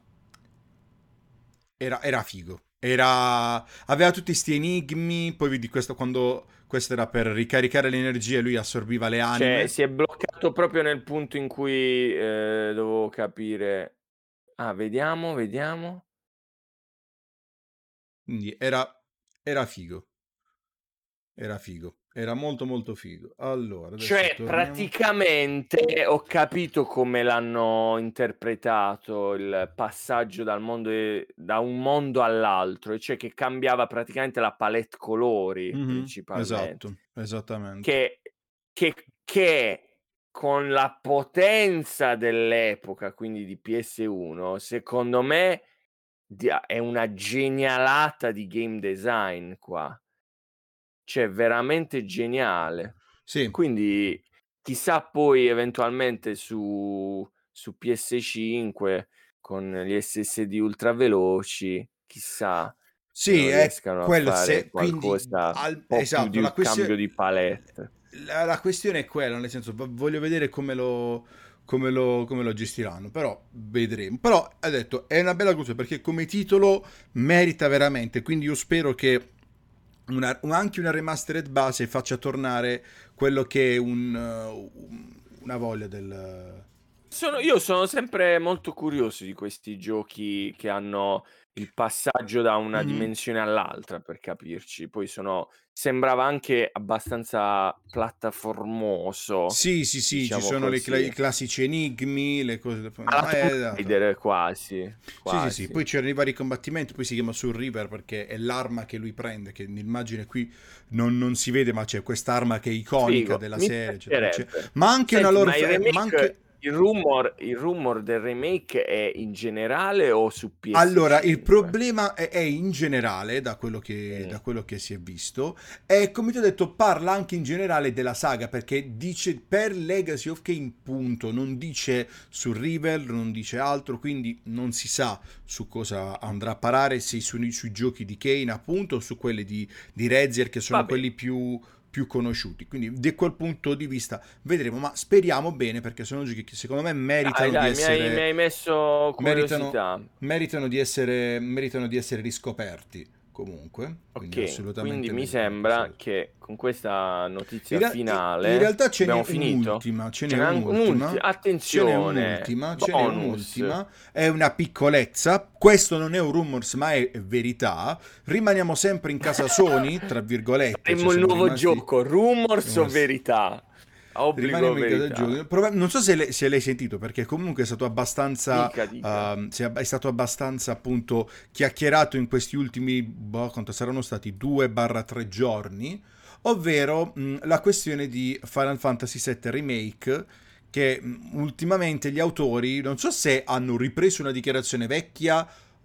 era figo. Aveva tutti sti enigmi, poi vedi questo quando... Questo era per ricaricare l'energia e lui assorbiva le Cioè, anime. si è bloccato proprio nel punto in cui, dovevo capire. Ah, vediamo, vediamo. Quindi era figo. Era figo. Era molto molto figo. Allora, adesso Cioè, torniamo. praticamente ho capito come l'hanno interpretato il passaggio da un mondo all'altro, e cioè che cambiava praticamente la palette colori Mhm, principalmente, esatto, esattamente. che che con la potenza dell'epoca, quindi di PS1, secondo me è una genialata di game design qua. Cioè veramente geniale. Sì, Quindi chissà poi eventualmente su PS5 con gli SSD ultra veloci, chissà se sì, non è riescano a quello fare se quindi qualcosa un po' più esatto, di cambio di palette. la questione è quella, nel senso voglio vedere come lo gestiranno, però vedremo. Però ha detto è una bella cosa perché come titolo merita veramente, quindi io spero che anche una remastered base faccia tornare quello che è una voglia del... Io sono sempre molto curioso di questi giochi che hanno il passaggio da una Mhm. dimensione all'altra, per capirci. Poi sembrava anche abbastanza plattaformoso, Sì, sì, sì, ci diciamo sono così. i classici enigmi, le cose... Alla Tomb esatto. Raider quasi, Sì, sì, sì, quasi. poi c'erano i vari combattimenti, poi si chiama Soul River perché è l'arma che lui prende, che nell'immagine qui non si vede, ma c'è quest'arma che è iconica Figo, della mi serie, eccetera, eccetera. piacerebbe. Ma anche una Senti, loro... ma il ma anche... remake, il rumor del remake è in generale o su Allora, il PS5? problema è in generale, Mh. da quello che si è visto, e come ti ho detto, parla anche in generale della saga, perché dice per Legacy of Kain, punto, non dice su River, non dice altro, quindi non si sa su cosa andrà a parare, se sui giochi di Kane, appunto, o su quelli di Rezier, che Va sono quelli bene. più conosciuti. Quindi, da quel punto di vista, vedremo, ma speriamo bene, perché sono giochi che secondo me Dai, meritano di dai, mi essere hai messo meritano, curiosità. meritano di essere riscoperti comunque, quindi Okay, quindi assolutamente mi meritano di sembra essere... che con questa In, notizia in finale realtà ce n'è abbiamo finito? un'ultima, ce n'è Ce n'è anche un'ultima, ce n'è attenzione, un'ultima, ce n'è bonus. un'ultima, è una piccolezza, questo non è un rumors ma è verità, rimaniamo sempre in casa Sony, tra virgolette, cioè Faremmo il siamo nuovo rimasti... gioco, rumors o verità? Obbligo o Rimaniamo in casa verità? giochi. Non so se l'hai sentito perché comunque è stato abbastanza, Dica, dica. è stato abbastanza appunto chiacchierato in questi ultimi, boh, quanto saranno stati 2-3 giorni, ovvero la questione di Final Fantasy VII Remake che ultimamente gli autori, non so se hanno ripreso una dichiarazione vecchia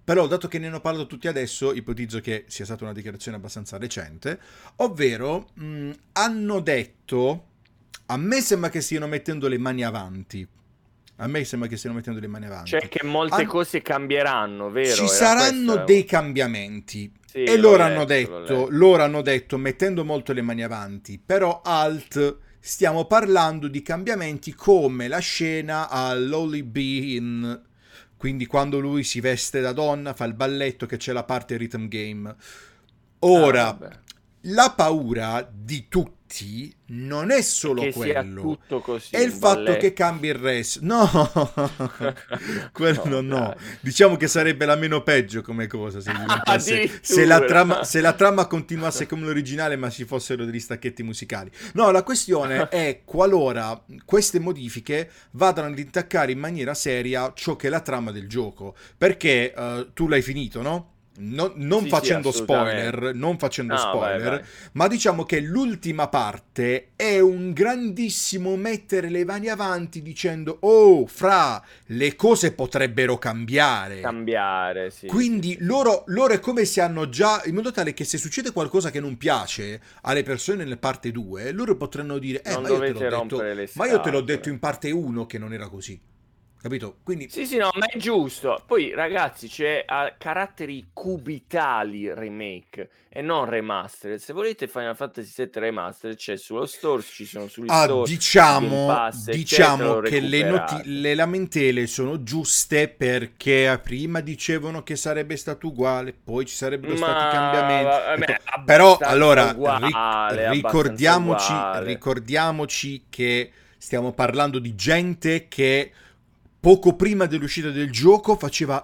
Però, dato che ne hanno parlato tutti adesso, ipotizzo che sia stata una dichiarazione abbastanza recente, ovvero hanno detto, a me sembra che stiano mettendo le mani avanti. A me sembra che stiano mettendo le mani Cioè avanti. che molte Han- cose cambieranno, Ci vero? Era saranno questa? dei cambiamenti. Sì, E l'ho letto, l'ho letto. loro hanno detto, mettendo molto le mani avanti, però alt, stiamo parlando di cambiamenti come la scena a Lolly Bean, quindi quando lui si veste da donna, fa il balletto, che c'è la parte rhythm game. Ah, Ora, vabbè. la paura di tutti non è E solo che sia quello, tutto è così, il un fatto che balletto. cambi il resto. No, quello No, no. dai. Diciamo che sarebbe la meno peggio come cosa se diventasse, Addirittura. se la trama continuasse come l'originale, ma ci fossero degli stacchetti musicali. No, la questione è qualora queste modifiche vadano ad intaccare in maniera seria ciò che è la trama del gioco. Perché tu l'hai finito, no? Non Sì, sì, facendo assolutamente. spoiler, non facendo No, vai, spoiler, vai. ma diciamo che l'ultima parte è un grandissimo mettere le mani avanti dicendo, oh, fra, le cose potrebbero cambiare. Cambiare, sì, sì, Quindi sì, sì. loro è come se hanno già, in modo tale che se succede qualcosa che non piace alle persone nella parte 2, loro potranno dire, Non ma io te l'ho dovete detto, rompere le ma io te l'ho detto scatole. in parte 1 che non era così. Capito? Quindi Sì, sì, no, ma è giusto. Poi, ragazzi, c'è a caratteri cubitali remake e non remastered. Se volete Final Fantasy VII Remastered c'è sullo store, ci sono sugli store, su Game Pass, eccetera, diciamo lo che recuperate. le lamentele sono giuste perché prima dicevano che sarebbe stato uguale, poi ci sarebbero stati Ma cambiamenti. vabbè, Ecco, però abbastanza allora uguale, abbastanza uguale. ricordiamoci che stiamo parlando di gente che poco prima dell'uscita del gioco faceva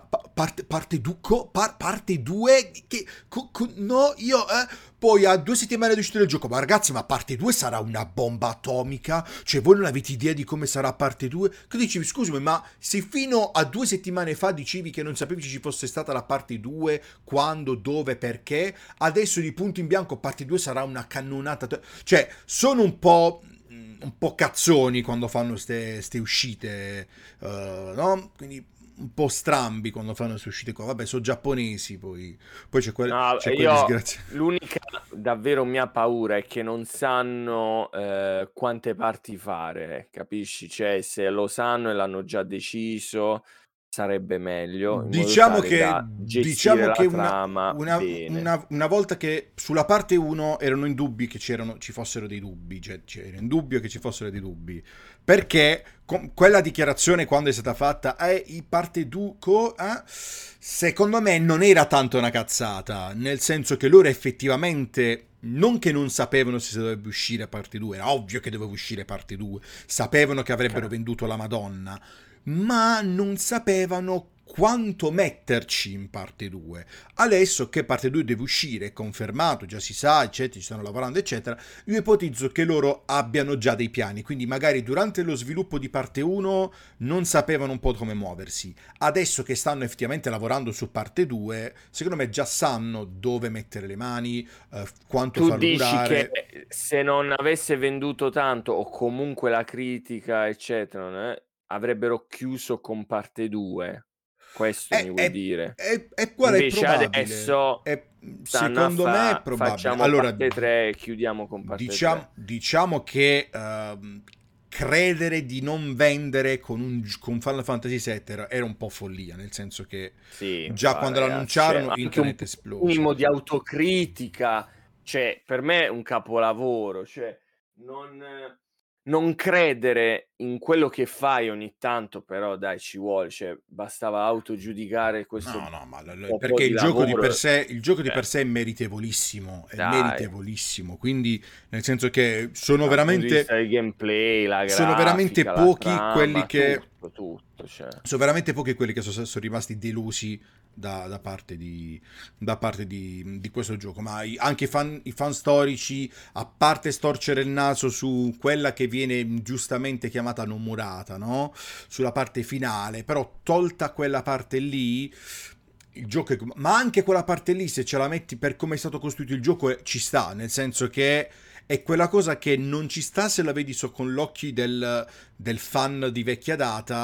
parte 2 che no io poi a 2 settimane dall'uscita del gioco, ma ragazzi, ma parte 2 sarà una bomba atomica, cioè voi non avete idea di come sarà parte 2? Che dicevi, scusami, ma se fino a 2 settimane fa dicevi che non sapevi ci fosse stata la parte 2, quando, dove, perché, adesso di punto in bianco parte 2 sarà una cannonata, cioè sono un po' cazzoni quando fanno ste uscite, no? Quindi un po' strambi quando fanno queste uscite qua. Vabbè, sono giapponesi, poi No, c'è quel io disgraziato. l'unica davvero mia paura è che non sanno quante parti fare, capisci? Cioè, se lo sanno e l'hanno già deciso, sarebbe meglio, in modo tale da gestire Diciamo la che trama bene. una volta che sulla parte 1 erano in dubbi che ci fossero dei dubbi, cioè c'era in dubbio che ci fossero dei dubbi, perché quella dichiarazione quando è stata fatta i parte 2, secondo me non era tanto una cazzata, nel senso che loro effettivamente... Non che non sapevano se dovrebbe uscire parte 2, era ovvio che doveva uscire parte 2, sapevano che avrebbero venduto la Madonna, ma non sapevano quanto metterci in parte 2. Adesso che parte 2 deve uscire, è confermato, già si sa, eccetera, ci stanno lavorando, eccetera, io ipotizzo che loro abbiano già dei piani, quindi magari durante lo sviluppo di parte 1 non sapevano un po' come muoversi. Adesso che stanno effettivamente lavorando su parte 2, secondo me già sanno dove mettere le mani, quanto Tu farlo dici che durare. se non avesse venduto tanto o comunque la critica, eccetera, avrebbero chiuso con parte 2. Questo mi vuoi dire? Guarda, è Invece probabile. adesso stanno a Secondo me è probabile. facciamo Allora, parte 3 e chiudiamo con parte 3. diciamo che credere di non vendere con Final Fantasy VII era un po' follia, nel senso che Sì, già ma quando ragazzi, cioè, l'annunciarono anche un internet esplose. minimo di autocritica, cioè, per me è un capolavoro, cioè, non, non credere in quello che fai ogni tanto, però dai, ci vuole, cioè, bastava autogiudicare questo No, no, ma po' perché di lavoro, il gioco di per cioè, sé è dai, meritevolissimo, quindi nel senso che dal punto di vista del gameplay, la sono veramente grafica, la pochi quelli trama, che tutto, cioè. sono veramente pochi quelli che sono rimasti delusi da parte di questo gioco, ma anche i fan storici, a parte storcere il naso su quella che viene giustamente chiamata Nomurata, no? Sulla parte finale, però tolta quella parte lì, il gioco è... Ma anche quella parte lì, se ce la metti per come è stato costruito il gioco, ci sta, nel senso che è quella cosa che non ci sta se la vedi con l'occhio del fan di vecchia data,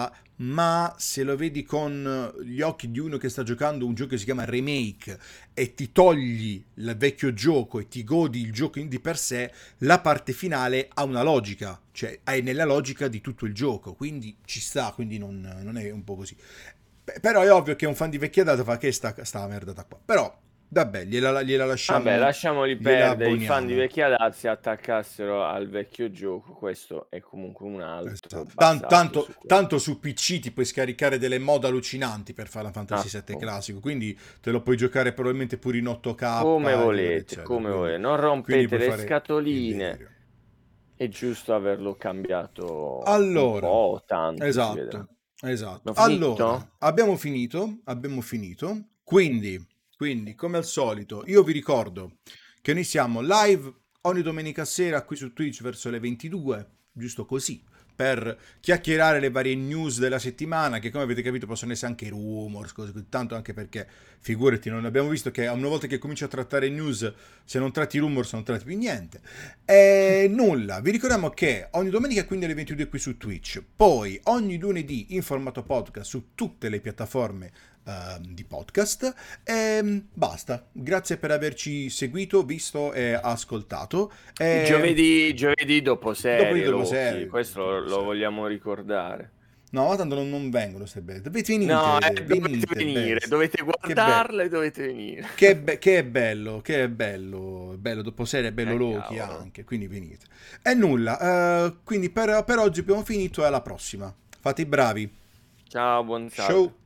ma se lo vedi con gli occhi di uno che sta giocando un gioco che si chiama Remake e ti togli il vecchio gioco e ti godi il gioco di per sé, la parte finale ha una logica, cioè è nella logica di tutto il gioco, quindi ci sta, quindi non è un po' così. Però è ovvio che un fan di vecchia data fa che sta merdata qua. Però, vabbè, gliela Vabbè, lasciamo, lasciamoli gliela perdere, i fan di abboniamo. vecchia data si attaccassero al vecchio gioco, questo è comunque un altro Esatto. passaggio su questo. Tanto su PC ti puoi scaricare delle mod allucinanti per Final Fantasy VII Appunto. classico, quindi te lo puoi giocare probabilmente pure in 8K, eccetera, eccetera. Come volete, non Quindi rompete puoi le fare il scatoline, delirio. è giusto averlo cambiato un po' Allora, o tanto, si vedrà. esatto, esatto. Abbiamo Allora, finito? abbiamo finito. Quindi, come al solito, io vi ricordo che noi siamo live ogni domenica sera qui su Twitch verso le 22, giusto così, per chiacchierare le varie news della settimana, che come avete capito possono essere anche rumors, cose così, tanto anche perché, figurati, non abbiamo visto che una volta che cominci a trattare news, se non tratti rumors non tratti più niente. E nulla, vi ricordiamo che ogni domenica quindi alle 22 qui su Twitch, poi ogni lunedì in formato podcast su tutte le piattaforme di podcast e basta. Grazie per averci seguito, visto e ascoltato. E Giovedì dopo dopo di serie, dopo Loki, serie, questo dopo lo serie. vogliamo ricordare. No, ma tanto non vengono ste belle. No, dovete Venite, venire, bestie. dovete Che bello. guardarle, dovete venire. Che è bello, è bello, dopo serie è bello Loki Cavolo. anche, quindi venite. E nulla, quindi per oggi abbiamo finito e alla prossima. Fate i bravi. Ciao, buon salve. Ciao.